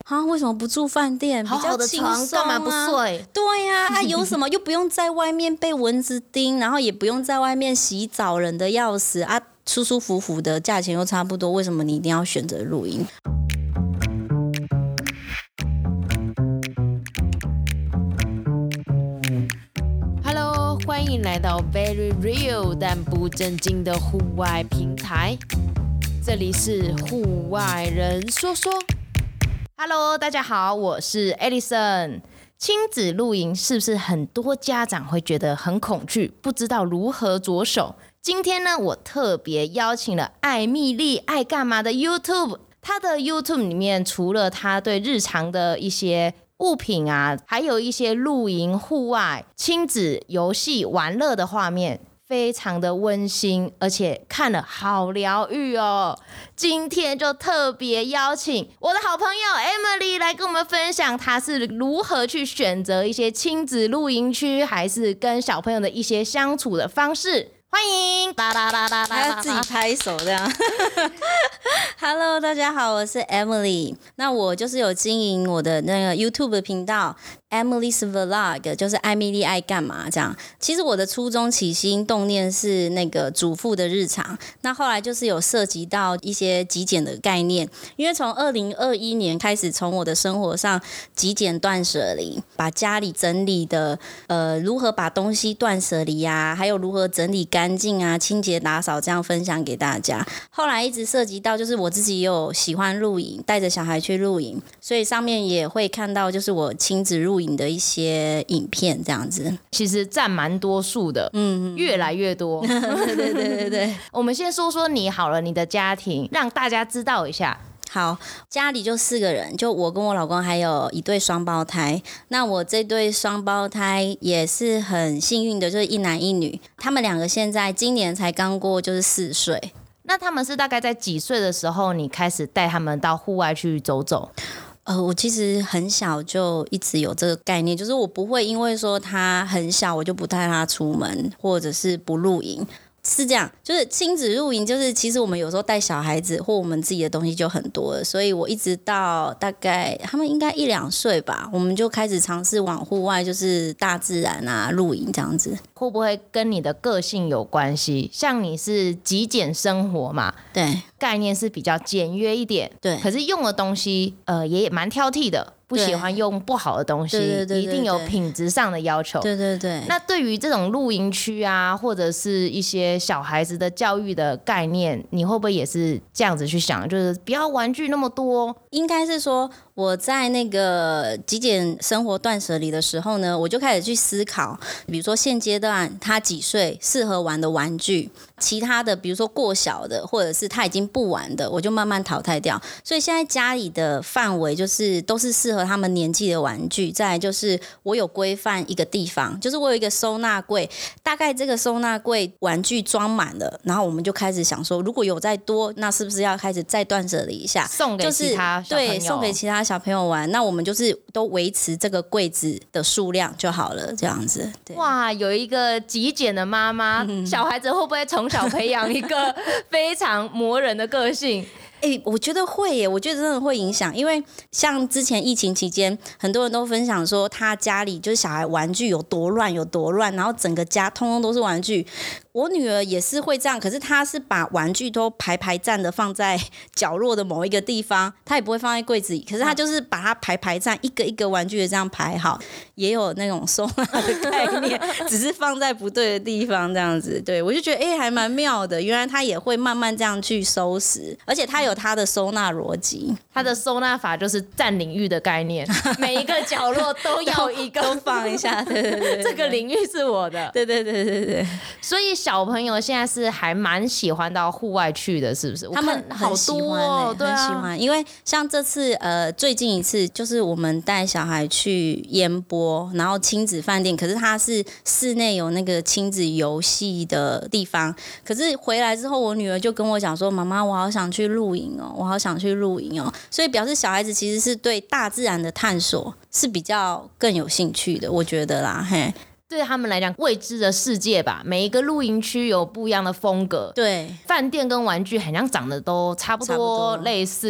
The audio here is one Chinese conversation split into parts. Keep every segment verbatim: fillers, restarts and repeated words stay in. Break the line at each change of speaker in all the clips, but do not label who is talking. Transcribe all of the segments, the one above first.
啊，为什么不住饭店？
好好的床干嘛不睡？
对呀、啊，啊有什么又不用在外面被蚊子叮，然后也不用在外面洗澡，冷的要死啊，舒舒服服的，价钱又差不多，为什么你一定要选择露营
？Hello， 欢迎来到 Very Real 但不正经的户外平台，这里是户外人说说。Hello， 大家好，我是 Edison。亲子露营是不是很多家长会觉得很恐惧，不知道如何着手？今天呢，我特别邀请了艾蜜莉爱干嘛的 YouTube， 她的 YouTube 里面除了她对日常的一些物品啊，还有一些露营、户外、亲子游戏、玩乐的画面，非常的温馨，而且看了好疗愈哦。今天就特别邀请我的好朋友 Emily 来跟我们分享，她是如何去选择一些亲子露营区，还是跟小朋友的一些相处的方式。欢迎，啦啦啦啦啦，
还要自己拍手这样。Hello， 大家好，我是 Emily。那我就是有经营我的那个 YouTube 频道 Emily's Vlog， 就是艾蜜莉爱干嘛这样。其实我的初衷起心动念是那个主妇的日常，那后来就是有涉及到一些极简的概念，因为从二零二一年开始，从我的生活上极简断舍离，把家里整理的呃如何把东西断舍离啊，还有如何整理干净啊、清洁打扫这样分享给大家。后来一直涉及到就是我自己也有喜欢露营，带着小孩去露营，所以上面也会看到就是我亲子露营的一些影片这样子。
其实占蛮多数的，嗯，越来越多。
对对对对对。
我们先说说你好了，你的家庭，让大家知道一下。
好，家里就四个人，就我跟我老公还有一对双胞胎。那我这对双胞胎也是很幸运的，就是一男一女。他们两个现在今年才刚过就是四岁。
那他们是大概在几岁的时候，你开始带他们到户外去走走？
呃，我其实很小就一直有这个概念，就是我不会因为说他很小，我就不带他出门，或者是不露营。是这样，就是亲子露营，就是其实我们有时候带小孩子或我们自己的东西就很多了，所以我一直到大概他们应该一两岁吧，我们就开始尝试往户外，就是大自然啊露营这样子。
会不会跟你的个性有关系？像你是极简生活嘛，
对，
概念是比较简约一点，
对，
可是用的东西呃也蛮挑剔的。不喜欢用不好的东西，
对对对对对，
一定有品质上的要求。
对对对。
那对于这种露营区啊，或者是一些小孩子的教育的概念，你会不会也是这样子去想？就是不要玩具那么多。
应该是说我在那个极简生活断舍离的时候呢，我就开始去思考，比如说现阶段他几岁适合玩的玩具，其他的比如说过小的，或者是他已经不玩的，我就慢慢淘汰掉。所以现在家里的范围就是都是适合他们年纪的玩具。再来就是我有规范一个地方，就是我有一个收纳柜，大概这个收纳柜玩具装满了，然后我们就开始想说，如果有再多，那是不是要开始再断舍离一下，
送给其他小朋友，
对，送给其他小朋友玩。那我们就是都维持这个柜子的数量就好了，这样子。对，
哇，有一个极简的妈妈，嗯、小孩子会不会从小培养一个非常磨人的个性？
哎、欸，我觉得会耶，我觉得真的会影响，因为像之前疫情期间，很多人都分享说他家里就是小孩玩具有多乱有多乱，然后整个家通通都是玩具。我女儿也是会这样，可是她是把玩具都排排站的放在角落的某一个地方，她也不会放在柜子里，可是她就是把它排排站，一个一个玩具的这样排好，也有那种收纳的概念，只是放在不对的地方这样子。对，我就觉得哎、欸，还蛮妙的，原来她也会慢慢这样去收拾，而且她有她的收纳逻辑，
她的收纳法就是占领域的概念，每一个角落都要一个
都放一下，对对 对, 对，
这个领域是我的，
对对对对对。
所以小朋友现在是还蛮喜欢到户外去的，是不是？
他们好多、欸，
哦，对啊，
很喜欢。因为像这次呃最近一次就是我们带小孩去烟波，然后亲子饭店，可是它是室内有那个亲子游戏的地方。可是回来之后，我女儿就跟我讲说：“妈妈，我好想去露营哦，我好想去露营哦。”所以表示小孩子其实是对大自然的探索是比较更有兴趣的，我觉得啦，嘿。
对他们来讲未知的世界吧，每一个露营区有不一样的风格，
对，
饭店跟玩具好像长得都差不多类似。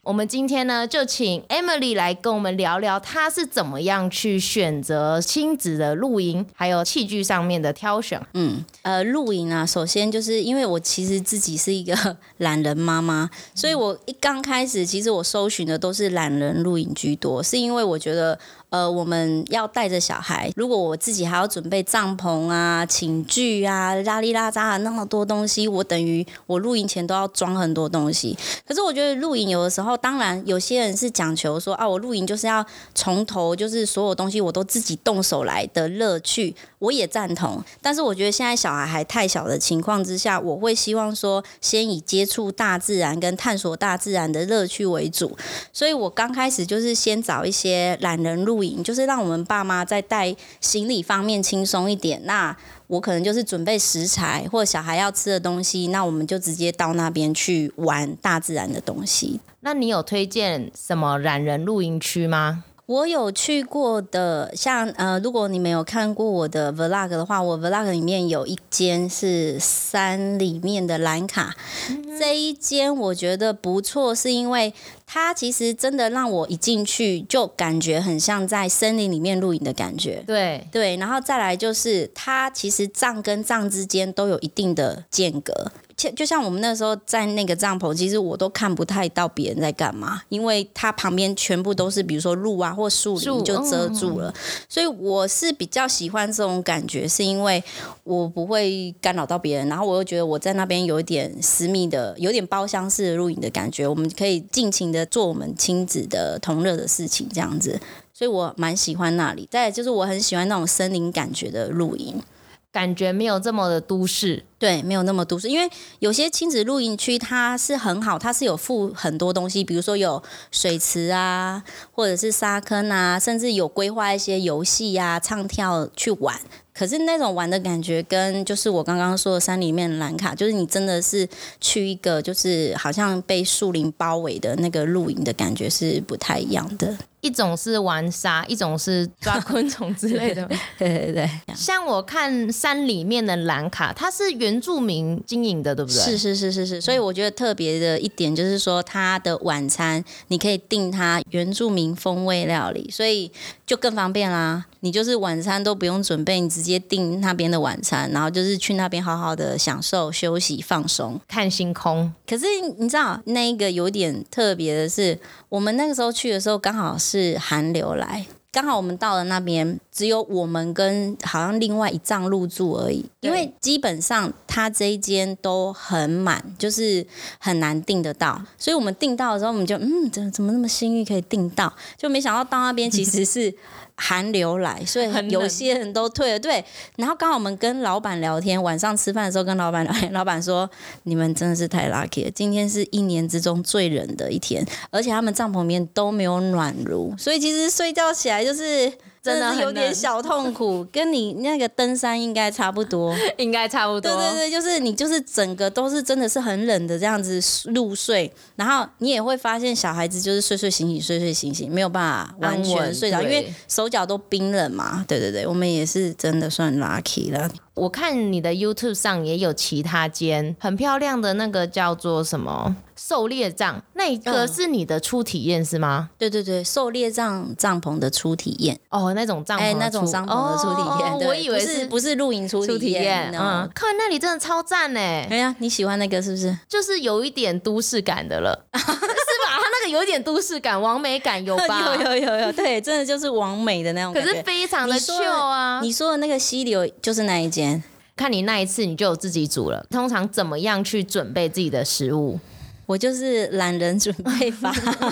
我们今天呢就请 Emily 来跟我们聊聊她是怎么样去选择亲子的露营，还有器具上面的挑选。
嗯，呃，露营啊，首先就是因为我其实自己是一个懒人妈妈，所以我一刚开始其实我搜寻的都是懒人露营居多，是因为我觉得呃，我们要带着小孩，如果我自己还要准备帐篷啊、寝具啊、拉里拉扎的那么多东西，我等于我露营前都要装很多东西。可是我觉得露营有的时候，当然有些人是讲求说啊，我露营就是要从头就是所有东西我都自己动手来的乐趣，我也赞同。但是我觉得现在小孩还太小的情况之下，我会希望说先以接触大自然跟探索大自然的乐趣为主，所以我刚开始就是先找一些懒人露营，就是让我们爸妈在带行李方面轻松一点。那我可能就是准备食材或者小孩要吃的东西，那我们就直接到那边去玩大自然的东西。
那你有推荐什么懒人露营区吗？
我有去过的，像呃，如果你们有看过我的 vlog 的话，我 vlog 里面有一间是山里面的兰卡，嗯、这一间我觉得不错，是因为它其实真的让我一进去就感觉很像在森林里面露营的感觉。
对
对，然后再来就是它其实帐跟帐之间都有一定的间隔。就像我们那时候在那个帐篷，其实我都看不太到别人在干嘛，因为它旁边全部都是比如说路啊或树林就遮住了、嗯、所以我是比较喜欢这种感觉，是因为我不会干扰到别人，然后我又觉得我在那边有一点私密的有点包厢式的露营的感觉，我们可以尽情的做我们亲子的同乐的事情这样子，所以我蛮喜欢那里。再来就是我很喜欢那种森林感觉的露营，
感觉没有这么的都市。
对，没有那么都市，因为有些亲子露营区它是很好，它是有附很多东西，比如说有水池啊，或者是沙坑啊，甚至有规划一些游戏啊、唱跳去玩。可是那种玩的感觉跟就是我刚刚说的山里面的兰卡，就是你真的是去一个就是好像被树林包围的那个露营的感觉是不太一样的。
一种是玩沙，一种是抓昆虫之类的。
对对对，
像我看山里面的兰卡，它是原住民经营的，对不对？
是是是是是，所以我觉得特别的一点就是说，它的晚餐你可以订它原住民风味料理，所以就更方便啦。你就是晚餐都不用准备，你直接订那边的晚餐，然后就是去那边好好的享受、休息、放松、
看星空。
可是你知道那一个有点特别的是，我们那个时候去的时候刚好是寒流来。刚好我们到了那边，只有我们跟好像另外一帐入住而已，因为基本上它这一间都很满，就是很难订得到，所以我们订到的时候，我们就嗯，怎么怎么那么幸运可以订到，就没想到到那边其实是寒流来，所以有些人都退了。对，然后刚好我们跟老板聊天，晚上吃饭的时候跟老板聊天，老板说你们真的是太 lucky 了，今天是一年之中最冷的一天，而且他们帐篷里面都没有暖炉，所以其实睡觉起来就是真的是有点小痛苦，跟你那个登山应该差不多，
应该差不多。
对对对，就是你就是整个都是真的是很冷的这样子入睡，然后你也会发现小孩子就是睡睡醒醒睡睡醒醒，没有办法完全睡着，因为手脚都冰冷嘛。对对对，我们也是真的算 lucky 了。
我看你的 YouTube 上也有其他间很漂亮的那个叫做什么狩猎帐，那个是你的初体验是吗？
对对对，狩猎帐帐篷的初体验。
哦，那种帐篷的初、
欸、那种帐篷的初体验、哦、
我以为是
不是露营初体验, 初体验
嗯，看那里真的超赞耶。
哎呀，你喜欢那个是不是？
就是有一点都市感的了是吧？它那个有一点都市感，网美感有吧？
有有有有，对，真的就是网美的那种感觉，
可是非常的 chill 啊。
你说的那个溪流就是那一间，
看你那一次你就有自己煮了，通常怎么样去准备自己的食物？
我就是懒人准备法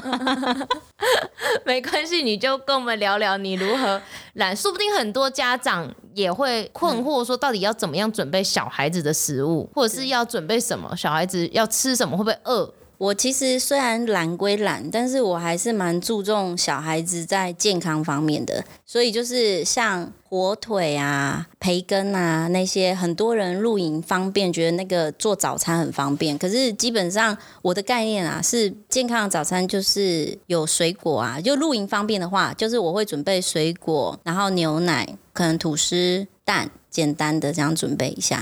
没关系，你就跟我们聊聊你如何懒，说不定很多家长也会困惑说到底要怎么样准备小孩子的食物，或者是要准备什么，小孩子要吃什么，会不会饿？
我其实虽然懒归懒，但是我还是蛮注重小孩子在健康方面的，所以就是像火腿啊、培根啊那些，很多人露营方便，觉得那个做早餐很方便。可是基本上我的概念啊，是健康的早餐就是有水果啊，就露营方便的话，就是我会准备水果，然后牛奶，可能吐司、蛋，简单的这样准备一下。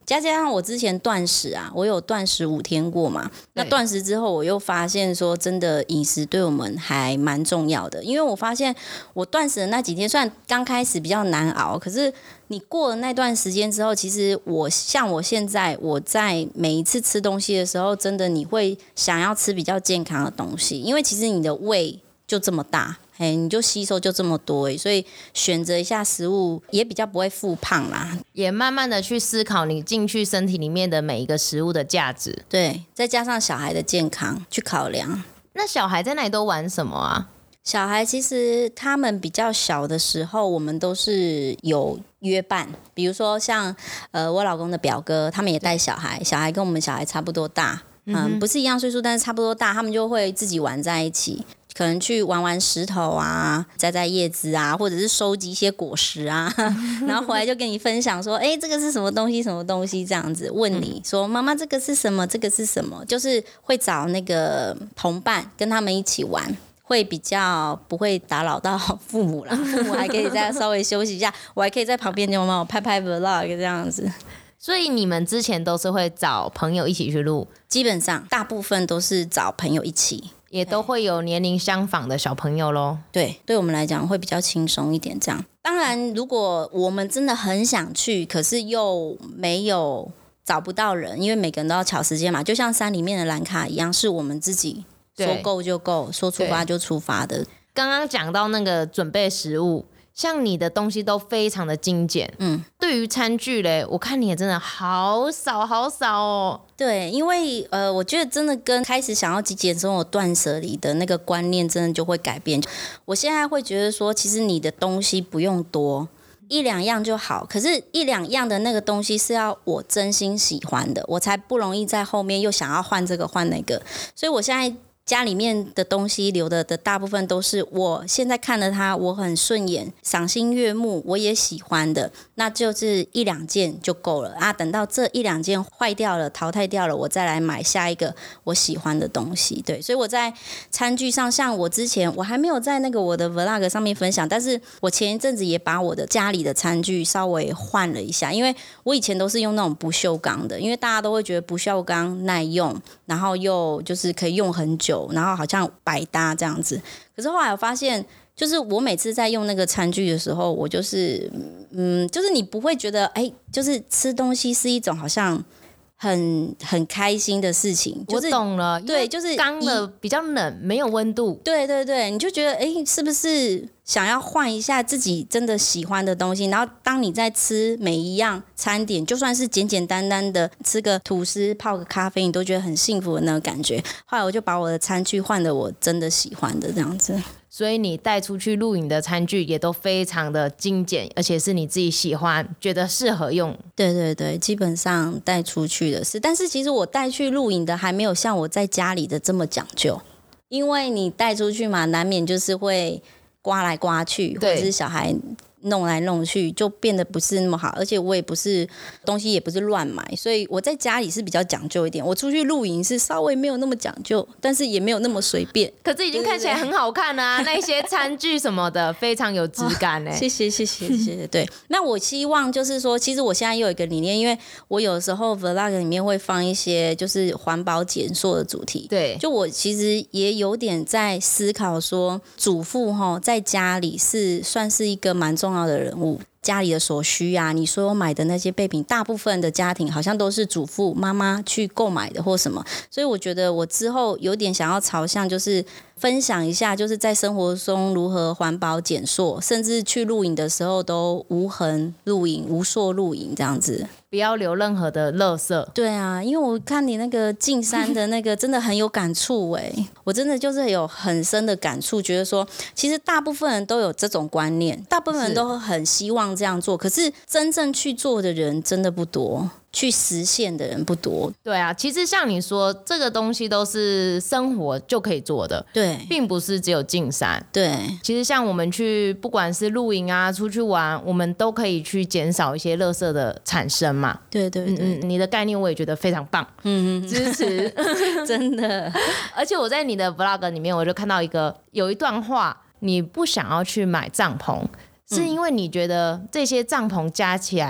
加加上我之前断食啊，我有断食五天过嘛。那断食之后，我又发现说，真的饮食对我们还蛮重要的。因为我发现我断食的那几天，虽然刚开始比较难熬，可是你过了那段时间之后，其实我像我现在我在每一次吃东西的时候，真的你会想要吃比较健康的东西，因为其实你的胃就这么大。哎，你就吸收就这么多，所以选择一下食物也比较不会复胖啦，
也慢慢的去思考你进去身体里面的每一个食物的价值。
对，再加上小孩的健康去考量。
那小孩在那里都玩什么啊？
小孩其实他们比较小的时候，我们都是有约伴，比如说像呃我老公的表哥，他们也带小孩，小孩跟我们小孩差不多大，嗯，嗯不是一样岁数，但是差不多大，他们就会自己玩在一起。可能去玩玩石头啊，摘摘叶子啊，或者是收集一些果实啊，然后回来就跟你分享说，哎，这个是什么东西，什么东西这样子，问你说，妈妈这个是什么，这个是什么，就是会找那个同伴跟他们一起玩，会比较不会打扰到父母啦，父母还可以再稍微休息一下，我还可以在旁边就帮我拍拍 vlog 这样子。
所以你们之前都是会找朋友一起去录？
基本上大部分都是找朋友一起。
也都会有年龄相仿的小朋友咯。
对，对我们来讲会比较轻松一点这样。当然如果我们真的很想去，可是又没有找不到人，因为每个人都要抢时间嘛，就像山里面的蓝卡一样，是我们自己说够就够，说出发就出发的。
刚刚讲到那个准备食物，像你的东西都非常的精简，嗯，对于餐具嘞，我看你也真的好少好少哦。
对，因为呃，我觉得真的跟开始想要极简生活断舍离的那个观念，真的就会改变。我现在会觉得说，其实你的东西不用多，一两样就好。可是，一两样的那个东西是要我真心喜欢的，我才不容易在后面又想要换这个换那个。所以我现在家里面的东西留的的大部分都是我现在看了它，我很顺眼、赏心悦目，我也喜欢的，那就是一两件就够了啊。等到这一两件坏掉了、淘汰掉了，我再来买下一个我喜欢的东西。对，所以我在餐具上，像我之前我还没有在那个我的 vlog 上面分享，但是我前一阵子也把我的家里的餐具稍微换了一下，因为我以前都是用那种不锈钢的，因为大家都会觉得不锈钢耐用，然后又就是可以用很久。然后好像百搭这样子，可是后来我发现，就是我每次在用那个餐具的时候，我就是嗯，就是你不会觉得，哎，就是吃东西是一种好像很很开心的事情。就是、
我懂了，
对，就是
钢的比较冷，没有温度。
对对对，你就觉得，哎，是不是想要换一下自己真的喜欢的东西？然后当你在吃每一样餐点，就算是简简单单的吃个吐司、泡个咖啡，你都觉得很幸福的那个感觉。后来我就把我的餐具换了我真的喜欢的这样子。
所以你带出去露营的餐具也都非常的精简，而且是你自己喜欢、觉得适合用。
对对对，基本上带出去的是，但是其实我带去露营的还没有像我在家里的这么讲究，因为你带出去嘛，难免就是会刮来刮去，或者是小孩弄来弄去，就变得不是那么好。而且我也不是东西也不是乱买，所以我在家里是比较讲究一点。我出去露营是稍微没有那么讲究，但是也没有那么随便。
可是已经看起来很好看啊，那些餐具什么的非常有质感哎、欸哦。
谢谢谢谢谢谢。对，那我希望就是说，其实我现在又有一个理念，因为我有时候 vlog 里面会放一些就是环保减塑的主题。
对，
就我其实也有点在思考说，主妇齁在家里是算是一个蛮重要的人物。家里的所需啊，你所有买的那些备品，大部分的家庭好像都是主妇妈妈去购买的或什么，所以我觉得我之后有点想要朝向就是分享一下，就是在生活中如何环保减塑，甚至去露营的时候都无痕露营、无塑露营这样子，
不要留任何的垃圾。
对啊，因为我看你那个进山的那个真的很有感触哎，我真的就是有很深的感触，觉得说其实大部分人都有这种观念，大部分人都很希望这样做，可是真正去做的人真的不多，去实现的人不多。
对啊，其实像你说这个东西都是生活就可以做的，
对，
并不是只有进山。
对，
其实像我们去不管是露营啊出去玩，我们都可以去减少一些垃圾的产生嘛。
对对对，
嗯嗯，你的概念我也觉得非常棒，嗯，支持
真的。
而且我在你的 vlog 里面我就看到一个有一段话，你不想要去买帐篷，是因为你觉得这些帐篷加起来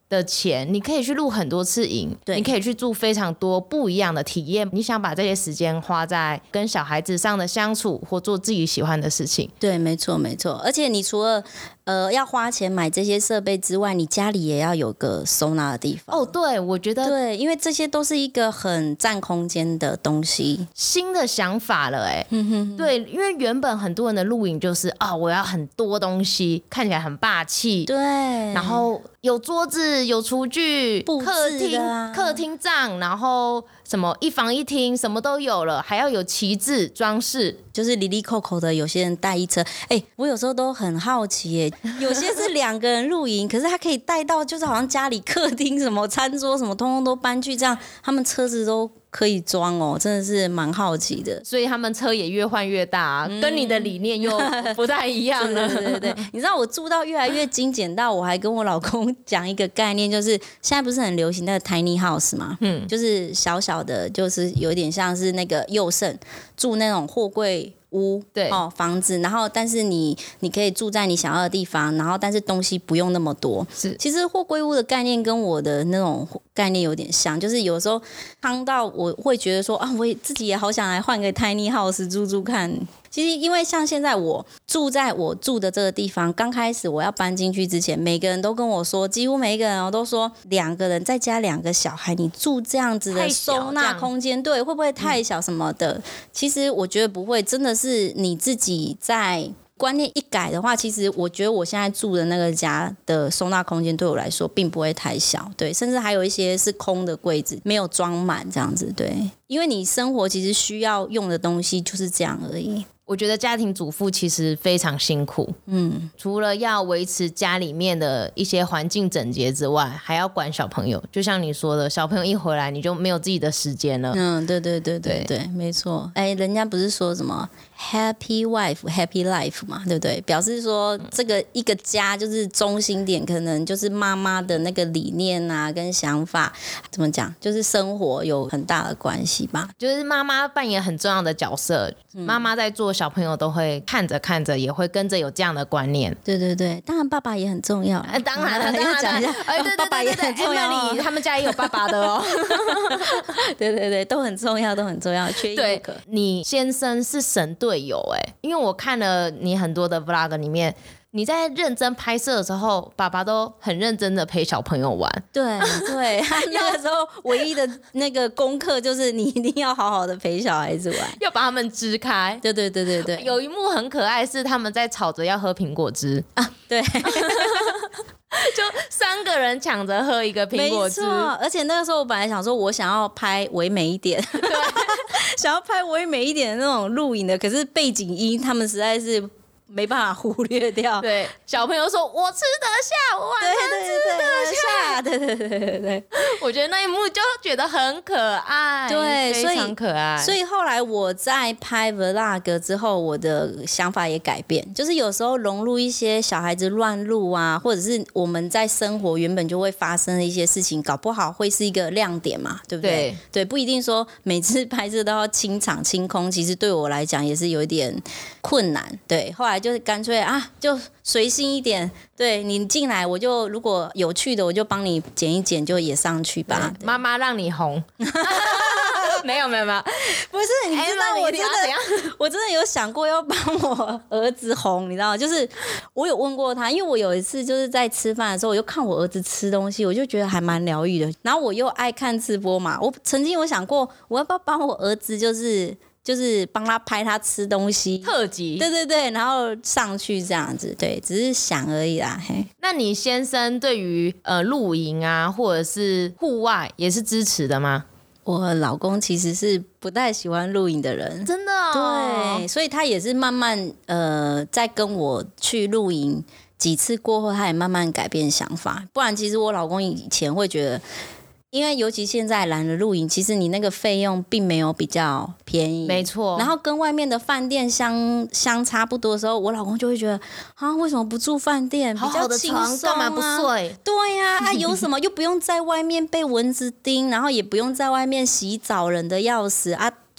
的钱，你可以去露很多次营，你可以去做非常多不一样的体验。你想把这些时间花在跟小孩子上的相处，或做自己喜欢的事情。
对，没错没错。而且你除了呃要花钱买这些设备之外，你家里也要有个收纳的地方。
哦，对，我觉得
对，因为这些都是一个很占空间的东西，
新的想法了哎。对，因为原本很多人的露营就是啊、哦，我要很多东西，看起来很霸气。
对，
然后有桌子，有厨具，
布
客厅、
啊、
客厅帐，然后什么一房一厅，什么都有了，还要有旗帜装饰，
就是里里扣扣的。有些人带一车，哎，我有时候都很好奇耶，有些是两个人露营，可是他可以带到，就是好像家里客厅什么餐桌什么，通通都搬去，这样他们车子都可以装哦，真的是蛮好奇的。
所以他们车也越换越大、啊嗯、跟你的理念又不太一样了。
对对对对，你知道我住到越来越精简到，我还跟我老公讲一个概念，就是现在不是很流行那个 tiny house 嘛，嗯，就是小小的，就是有点像是那个佑胜住那种货柜屋，
对
哦，房子，然后但是你你可以住在你想要的地方，然后但是东西不用那么多。
是，
其实货柜屋的概念跟我的那种概念有点像，就是有时候康到我会觉得说啊，我也自己也好想来换个 tiny house 住住看。其实因为像现在我住在我住的这个地方，刚开始我要搬进去之前，每个人都跟我说，几乎每一个人都说，两个人再加两个小孩，你住这样子的收纳空间，对，会不会太小什么的？嗯、其实我觉得不会，真的是你自己在观念一改的话，其实我觉得我现在住的那个家的收纳空间对我来说并不会太小，对，甚至还有一些是空的柜子，没有装满这样子，对，因为你生活其实需要用的东西就是这样而已。
我觉得家庭主妇其实非常辛苦，嗯，除了要维持家里面的一些环境整洁之外，还要管小朋友。就像你说的，小朋友一回来你就没有自己的时间了。
嗯，对对对对 对, 对，没错。哎，人家不是说什么 happy wife happy life 嘛，对不对？表示说这个一个家就是中心点，可能就是妈妈的那个理念啊跟想法，怎么讲，就是生活有很大的关系吧。
就是妈妈扮演很重要的角色，嗯、妈妈在做。小朋友都会看着看着，也会跟着有这样的观念。
对对对，当然爸爸也很重要。
呃、当然了，当然了，
讲一下，
哎，对对对对对，
爸爸也很重要、哦。
他们家也有爸爸的哦。
对对对，都很重要，都很重要，缺一不可。
你先生是神队友哎，因为我看了你很多的 vlog 里面。你在认真拍摄的时候，爸爸都很认真的陪小朋友玩。
对对，他那个时候唯一的那个功课就是你一定要好好的陪小孩子玩，
要把他们支开。
对对对对对，
有一幕很可爱，是他们在吵着要喝苹果汁啊，
对。
就三个人抢着喝一个苹果汁，
没错。而且那个时候我本来想说，我想要拍唯美一点，对，想要拍唯美一点的那种录影的，可是背景音他们实在是。没办法忽略掉。
对，小朋友说我吃得下，我晚上吃得下。
对对对对对对，
我觉得那一幕就觉得很可爱，
对，
非常可爱。
所以后来我在拍 vlog 之后，我的想法也改变，就是有时候融入一些小孩子乱录啊，或者是我们在生活原本就会发生的一些事情，搞不好会是一个亮点嘛，对不对？对，对，不一定说每次拍摄都要清场清空，其实对我来讲也是有一点困难。对，后来就是干脆啊，就随性一点。对，你进来，我就如果有趣的，我就帮你剪一剪，就也上去吧。
妈妈让你红。没有没有没有，
不是，你知道我真的，我真的有想过要帮我儿子红，你知道吗？就是我有问过他，因为我有一次就是在吃饭的时候，我就看我儿子吃东西，我就觉得还蛮疗愈的。然后我又爱看直播嘛，我曾经有想过，我要不要帮我儿子，就是就是帮他拍他吃东西
特辑，
对对对，然后上去这样子，对，只是想而已啦。嘿，
那你先生对于呃露营啊，或者是户外也是支持的吗？
我老公其实是不太喜欢露营的人，
真的哦。
对，所以他也是慢慢呃，在跟我去露营几次过后，他也慢慢改变想法。不然，其实我老公以前会觉得，因为尤其现在懒得露营，其实你那个费用并没有比较便宜，
没错。
然后跟外面的饭店相相差不多的时候，我老公就会觉得啊，为什么不住饭店？
好好的床干嘛不睡？
对呀、啊，啊有什么又不用在外面被蚊子叮，然后也不用在外面洗澡，冷得要死啊。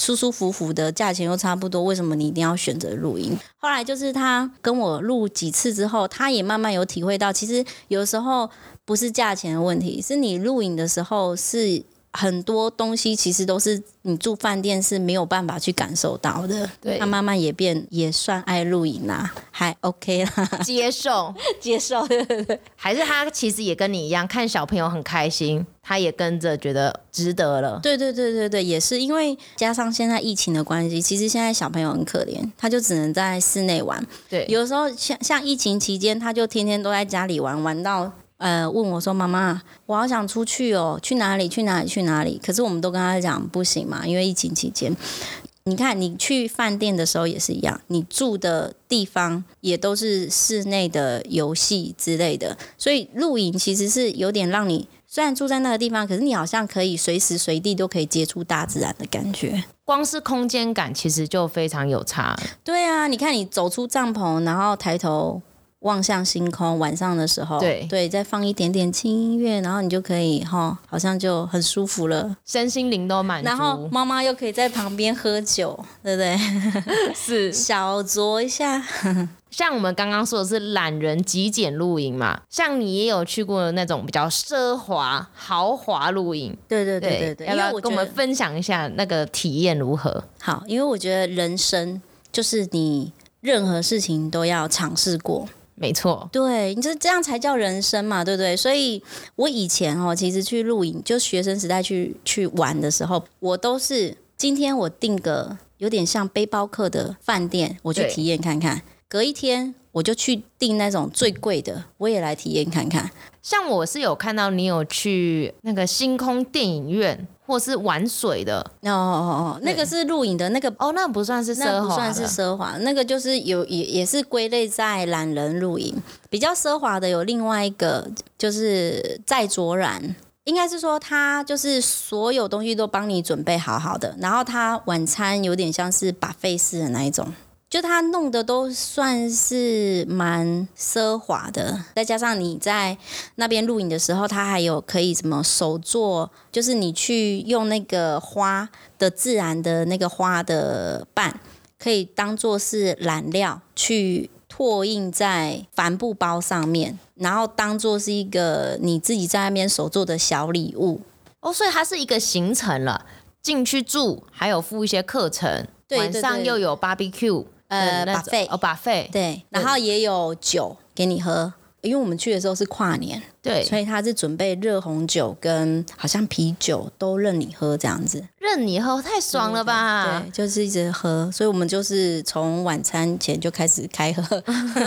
舒舒服服的，价钱又差不多，为什么你一定要选择露营？后来就是他跟我录几次之后，他也慢慢有体会到，其实有时候不是价钱的问题，是你露营的时候是很多东西其实都是你住饭店是没有办法去感受到的。
对，
他慢慢也变也算爱露营啦，还 OK 啦，
接受
接受，对对对。
还是他其实也跟你一样，看小朋友很开心，他也跟着觉得值得了。
对对对对对，也是因为加上现在疫情的关系，其实现在小朋友很可怜，他就只能在室内玩。
对，
有时候像像疫情期间，他就天天都在家里玩，玩到。呃，问我说：“妈妈，我好想出去哦，去哪里？去哪里？去哪里？”可是我们都跟他讲不行嘛，因为疫情期间。你看，你去饭店的时候也是一样，你住的地方也都是室内的游戏之类的，所以露营其实是有点让你虽然住在那个地方，可是你好像可以随时随地都可以接触大自然的感觉。
光是空间感其实就非常有差。
对啊，你看你走出帐篷，然后抬头望向星空，晚上的时候，
对
对，再放一点点轻音乐，然后你就可以哈，好像就很舒服了，
身心灵都满足。
然后妈妈又可以在旁边喝酒，对不对？
是
小酌一下。
像我们刚刚说的是懒人极简露营嘛，像你也有去过那种比较奢华豪华露营。
对对对对对，
要不要跟我们分享一下那个体验如何？
好，因为我觉得人生就是你任何事情都要尝试过。
没错，
对，你就是这样才叫人生嘛，对不对？所以我以前哦，其实去露营，就学生时代去去玩的时候，我都是今天我订个有点像背包客的饭店，我去体验看看。隔一天我就去订那种最贵的，我也来体验看看。
像我是有看到你有去那个星空电影院，或是玩水的。
哦哦哦，那个是露营的那个
哦，那不算是奢华，
那不算是奢华，那个就是有也也是归类在懒人露营。比较奢华的有另外一个，就是在卓然。应该是说他就是所有东西都帮你准备好好的，然后他晚餐有点像是buffet式的那一种。就他弄的都算是蛮奢华的，再加上你在那边露营的时候，他还有可以什么手做，就是你去用那个花的自然的那个花的瓣，可以当做是染料去拓印在帆布包上面，然后当做是一个你自己在那边手做的小礼物。
哦，所以它是一个行程了，进去住，还有付一些课程，
对对对，
晚上又有 barbecue。
呃 buffet
哦 buffet
对，然后也有酒给你喝，因为我们去的时候是跨年，
对，
所以他是准备热红酒跟好像啤酒都任你喝这样子，
任你喝太爽了吧？
对, 对，就是一直喝，所以我们就是从晚餐前就开始开喝。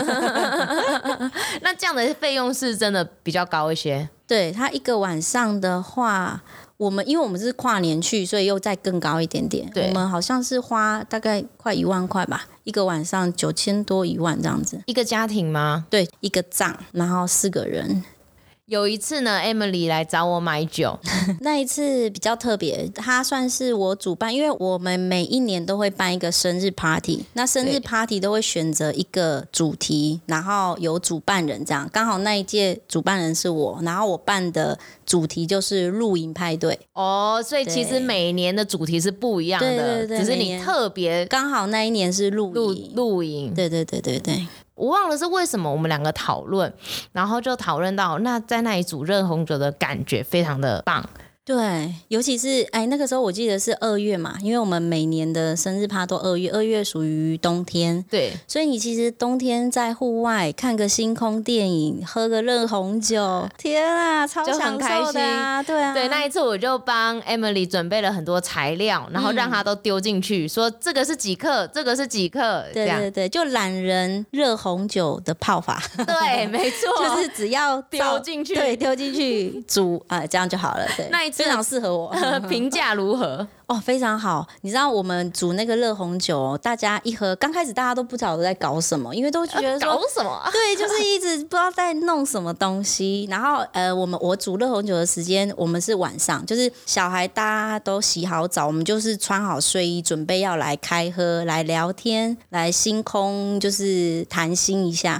那这样的费用是真的比较高一些。
对，他一个晚上的话，我们因为我们是跨年去，所以又再更高一点点。我们好像是花大概快一万块吧，一个晚上九千多一万这样子。
一个家庭吗？
对，一个帐，然后四个人。
有一次呢 Emily 来找我买酒。
那一次比较特别，它算是我主办，因为我们每一年都会办一个生日 party， 那生日 party 都会选择一个主题，然后有主办人这样，刚好那一届主办人是我，然后我办的主题就是露营派对。
哦，所以其实每年的主题是不一样的，
对对对，
只是你特别
刚好那一年是露营。
露营，
对对对对对。
我忘了是为什么，我们两个讨论，然后就讨论到，那在那里煮热红酒的感觉非常的棒。
对，尤其是哎，那个时候我记得是二月嘛，因为我们每年的生日趴都二月，二月属于冬天，
对，
所以你其实冬天在户外看个星空电影，喝个热红酒，天啊，超享受的啊，对啊，
对，那一次我就帮 Emily 准备了很多材料，然后让她都丢进去，嗯、说这个是几克，这个是几克，
对对对，就懒人热红酒的泡法，
对，没错，
就是只要
丢进去，
对，丢进去煮啊、呃，这样就好了，对，
那一次
非常适合我。
评价如何？
哦，非常好。你知道我们煮那个热红酒，大家一喝，刚开始大家都不晓得在搞什么，因为都觉得说、
啊、搞什么？
对，就是一直不知道在弄什么东西。然后呃，我们我煮热红酒的时间，我们是晚上，就是小孩大家都洗好澡，我们就是穿好睡衣，准备要来开喝、来聊天、来星空，就是谈心一下。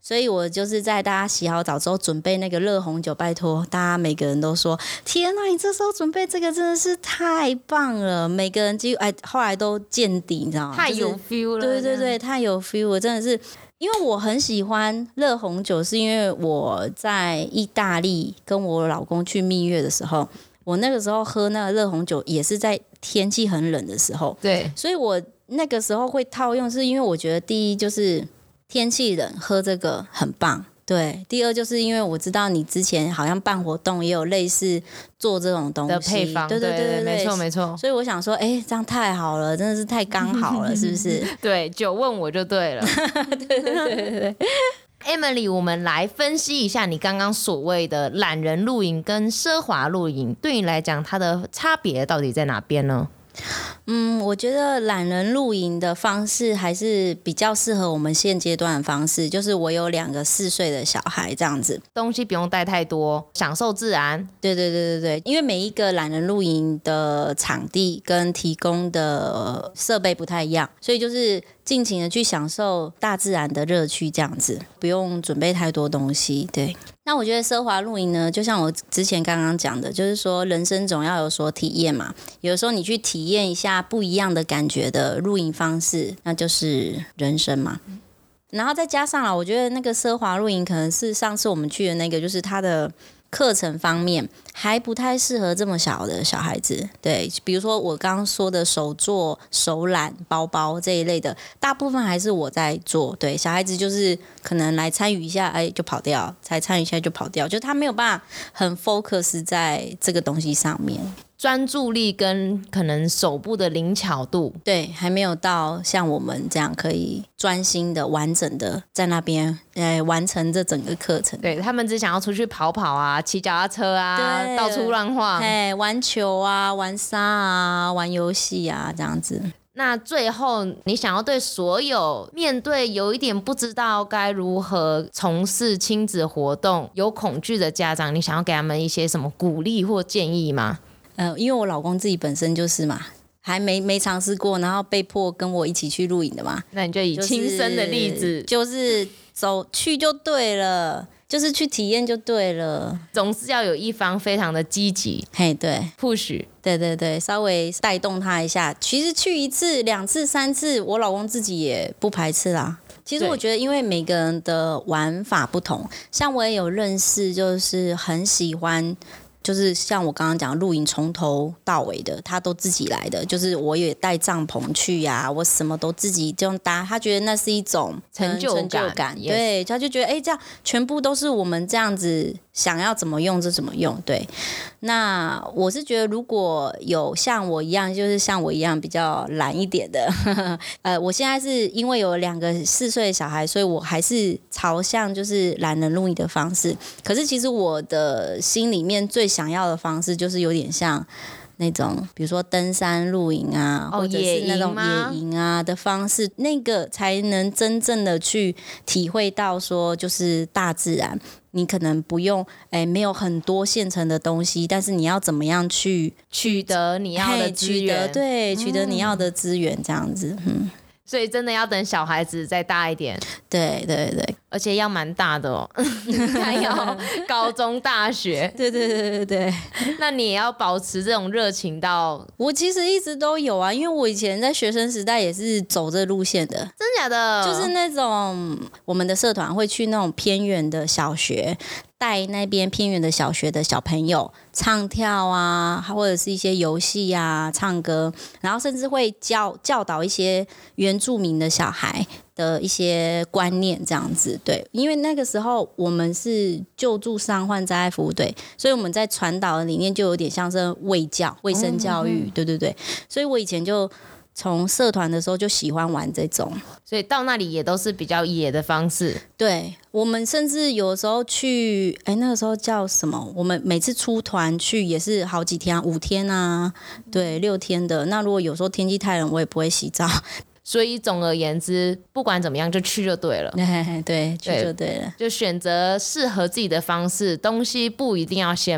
所以我就是在大家洗好澡之后准备那个热红酒，拜托大家每个人都说天哪，你这时候准备这个真的是太棒了，每个人几乎哎后来都见底，你知道吗？
太有 feel 了，
对对对，太有 feel 了，真的是。因为我很喜欢热红酒，是因为我在意大利跟我老公去蜜月的时候，我那个时候喝那个热红酒也是在天气很冷的时候，
对，
所以我那个时候会套用，是因为我觉得第一就是天气冷喝这个很棒，对，第二就是因为我知道你之前好像办活动也有类似做这种东西
的配方，
对对对 对, 对，
没错没错。
所以我想说，哎，这样太好了，真的是太刚好了，是不是？
对，酒问我就对了。
对对对对对。
Emily， 我们来分析一下你刚刚所谓的懒人露营跟奢华露营，对你来讲它的差别到底在哪边呢？
嗯，我觉得懒人露营的方式还是比较适合我们现阶段的方式，就是我有两个四岁的小孩这样子，
东西不用带太多，享受自然。
对对对对对，因为每一个懒人露营的场地跟提供的设备不太一样，所以就是尽情的去享受大自然的乐趣这样子，不用准备太多东西，对。那我觉得奢华露营呢，就像我之前刚刚讲的，就是说人生总要有所体验嘛，有的时候你去体验一下不一样的感觉的露营方式，那就是人生嘛。然后再加上了，我觉得那个奢华露营可能是上次我们去的那个，就是它的课程方面还不太适合这么小的小孩子，对，比如说我刚刚说的手作、手揽、包包这一类的，大部分还是我在做，对，小孩子就是可能来参与一下，哎，就跑掉，才参与一下就跑掉，就他没有办法很 focus 在这个东西上面。
专注力跟可能手部的灵巧度，
对，还没有到像我们这样可以专心的、完整的在那边呃完成这整个课程。
对，他们只想要出去跑跑啊，骑脚踏车啊，到处乱晃，
哎，玩球啊，玩沙啊，玩游戏啊，这样子。
那最后，你想要对所有面对有一点不知道该如何从事亲子活动有恐惧的家长，你想要给他们一些什么鼓励或建议吗？
呃，因为我老公自己本身就是嘛，还没没尝试过，然后被迫跟我一起去露营的嘛。
那你就以亲身的例子，
就是、就是走去就对了，就是去体验就对了。
总是要有一方非常的积极，
嘿，对
，push，
对对对，稍微带动他一下。其实去一次、两次、三次，我老公自己也不排斥啦。其实我觉得，因为每个人的玩法不同，像我也有认识，就是很喜欢。就是像我刚刚讲露营从头到尾的他都自己来的，就是我也带帐篷去呀、啊，我什么都自己这样搭，他觉得那是一种
成就感，
成就感 yes. 对，他就觉得哎、欸，这样全部都是我们这样子想要怎么用就怎么用。对，那我是觉得如果有像我一样，就是像我一样比较懒一点的呵呵呃，我现在是因为有两个四岁的小孩，所以我还是朝向就是懒人露营的方式，可是其实我的心里面最想要的方式就是有点像那种比如说登山露营啊、
哦、
或者是那种野营啊的方式，那个才能真正的去体会到说就是大自然你可能不用哎，没有很多现成的东西，但是你要怎么样去
取得你要的资源，
对，取得你要的资源这样子。嗯，
所以真的要等小孩子再大一点，
对对对，
而且要蛮大的哦，还要高中大学，
对对对对对，
那你也要保持这种热情到。
我其实一直都有啊，因为我以前在学生时代也是走这路线的。
真假的？
就是那种我们的社团会去那种偏远的小学，带那边偏远的小学的小朋友唱跳啊，或者是一些游戏啊、唱歌，然后甚至会教教导一些原住民的小孩的一些观念这样子。对，因为那个时候我们是救助伤患灾害服务队，所以我们在传导的理念就有点像是卫教、卫生教育、嗯、对对对，所以我以前就从社团的时候就喜欢玩这种，
所以到那里也都是比较野的方式。
对，我们甚至有时候去，哎，那个时候叫什么？我们每次出团去也是好几天啊，五天啊，对，六天的。那如果有时候天气太冷，我也不会洗澡。
所以总而言之，不管怎么样就去就对了。
对对，去就对了。
就选择适合自己的方式，东西不一定要先买。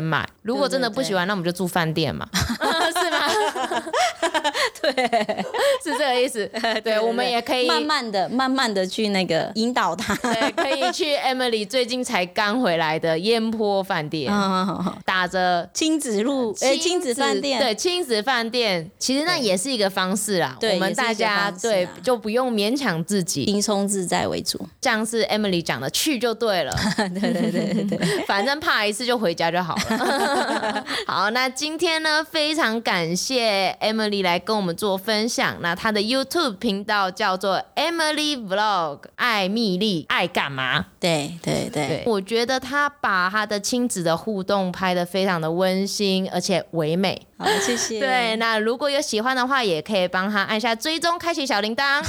如果真的不喜欢，那我们就住饭店嘛，是吗？
对，
是这个意思。对，对我们也可以
慢慢的、慢慢的去那个引导他。
对，可以去 Emily 最近才刚回来的烟波饭店，
嗯、
打着
亲子路，哎、欸，亲子饭店，
对，亲子饭店，其实那也是一个方式啦。
对，
我们大家对就不用勉强自己，
轻松自在为主。
像是 Emily 讲的，去就对了。
对对对对对，
反正怕一次就回家就好了。好，那今天呢，非常感谢 Emily 来跟我们做分享。那她的 YouTube 频道叫做 Emily Vlog， 艾蜜莉爱干嘛？
对对 对,
对，我觉得她把她的亲子的互动拍得非常的温馨，而且唯美。
好，谢谢。
对，那如果有喜欢的话，也可以帮她按下追踪，开启小铃铛。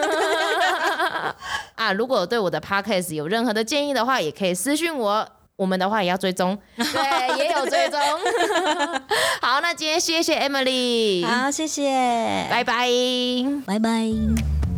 啊，如果对我的 Podcast 有任何的建议的话，也可以私讯我。我们的话也要追踪，对，也有追踪。好，那今天谢谢 Emily，
好，谢谢，
拜拜，
拜拜。